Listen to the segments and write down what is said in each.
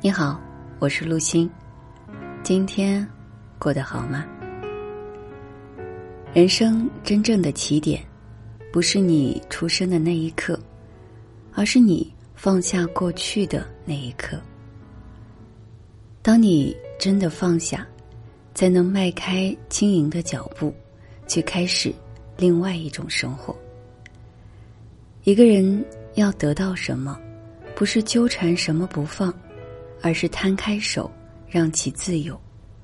你好，我是陆欣。今天过得好吗？人生真正的起点，不是你出生的那一刻，而是你放下过去的那一刻。当你真的放下，才能迈开轻盈的脚步，去开始另外一种生活。一个人要得到什么，不是纠缠什么不放，而是摊开手，让其自由。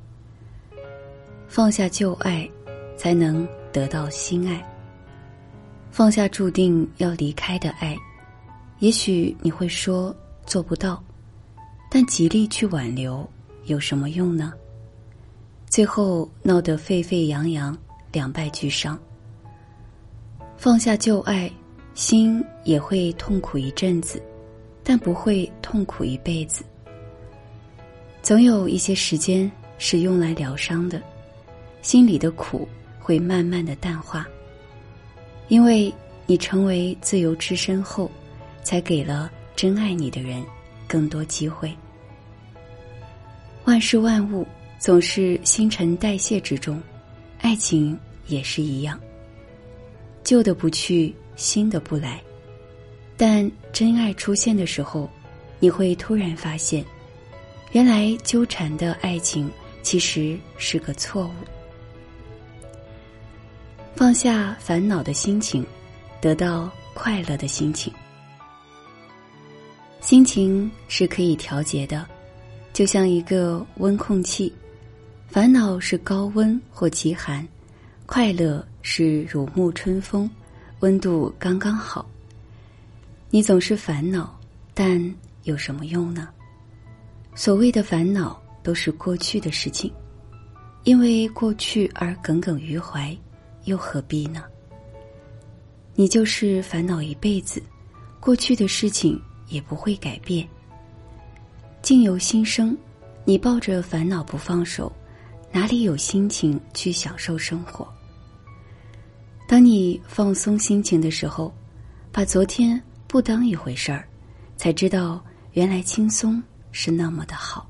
放下旧爱，才能得到新爱。放下注定要离开的爱，也许你会说做不到，但极力去挽留，有什么用呢？最后闹得沸沸扬扬，两败俱伤。放下旧爱，心也会痛苦一阵子，但不会痛苦一辈子。总有一些时间是用来疗伤的，心里的苦会慢慢的淡化。因为你成为自由之身后，才给了真爱你的人更多机会。万事万物总是新陈代谢之中，爱情也是一样。旧的不去，新的不来。但真爱出现的时候，你会突然发现，原来纠缠的爱情其实是个错误。放下烦恼的心情，得到快乐的心情。心情是可以调节的，就像一个温控器，烦恼是高温或极寒，快乐是如沐春风，温度刚刚好。你总是烦恼，但有什么用呢？所谓的烦恼都是过去的事情，因为过去而耿耿于怀，又何必呢？你就是烦恼一辈子，过去的事情也不会改变。境由心生，你抱着烦恼不放手，哪里有心情去享受生活？当你放松心情的时候，把昨天不当一回事儿，才知道原来轻松是那么的好。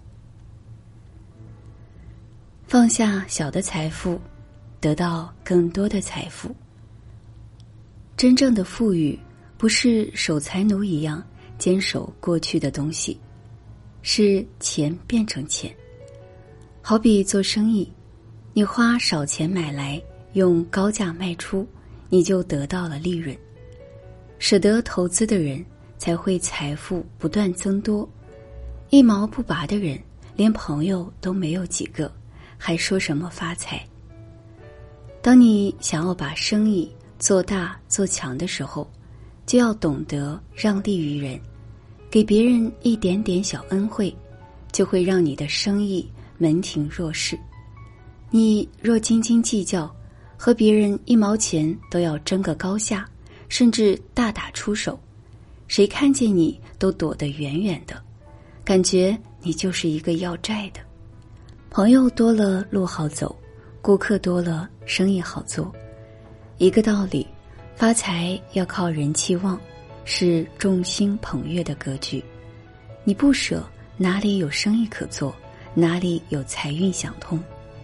放下小的财富，得到更多的财富。真正的富裕，不是守财奴一样坚守过去的东西，是钱变成钱。好比做生意，你花少钱买来，用高价卖出，你就得到了利润。舍得投资的人，才会财富不断增多。一毛不拔的人，连朋友都没有几个，还说什么发财？当你想要把生意做大做强的时候，就要懂得让利于人，给别人一点点小恩惠，就会让你的生意门庭若市。你若斤斤计较，和别人一毛钱都要争个高下，甚至大打出手，谁看见你都躲得远远的，感觉你就是一个要债的。朋友多了路好走，顾客多了生意好做。一个道理，发财要靠人气旺，是众星捧月的格局。你不舍，哪里有生意可做，哪里有财运想通。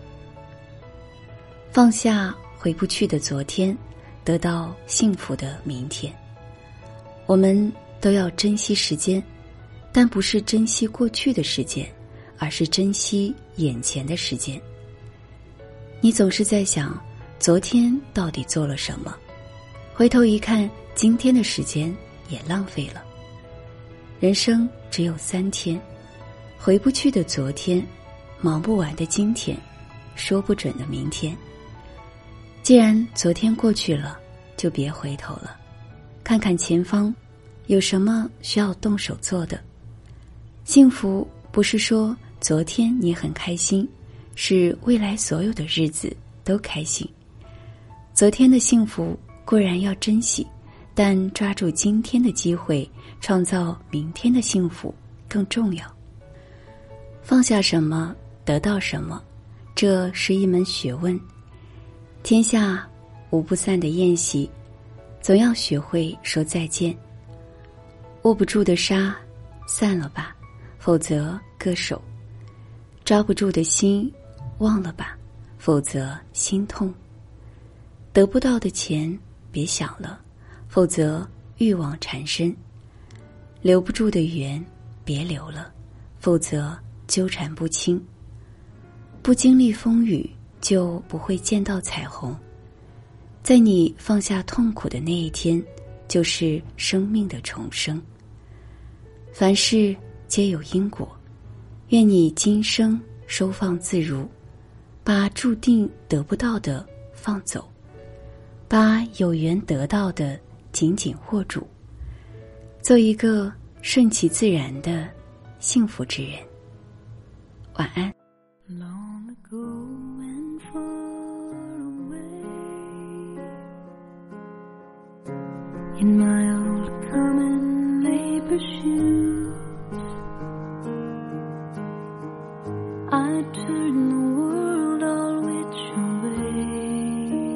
放下回不去的昨天，得到幸福的明天。我们都要珍惜时间，但不是珍惜过去的时间，而是珍惜眼前的时间。你总是在想昨天到底做了什么，回头一看，今天的时间也浪费了。人生只有3天，回不去的昨天，忙不完的今天，说不准的明天。既然昨天过去了，就别回头了，看看前方有什么需要动手做的。幸福不是说昨天你很开心，是未来所有的日子都开心。昨天的幸福固然要珍惜，但抓住今天的机会，创造明天的幸福更重要。放下什么，得到什么，这是一门学问。天下无不散的宴席，总要学会说再见。握不住的沙，散了吧，否则个手。抓不住的心，忘了吧，否则心痛。得不到的钱，别想了，否则欲望缠身。留不住的缘，别留了，否则纠缠不清。不经历风雨，就不会见到彩虹。在你放下痛苦的那一天，就是生命的重生。凡事皆有因果，愿你今生收放自如，把注定得不到的放走，把有缘得到的紧紧握住，做一个顺其自然的幸福之人。晚安。 Long ago and far away, in my old common labor shoes, I turned the world all which way,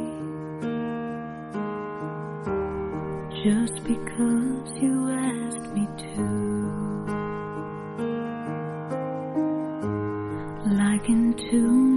just because you asked me to. Like into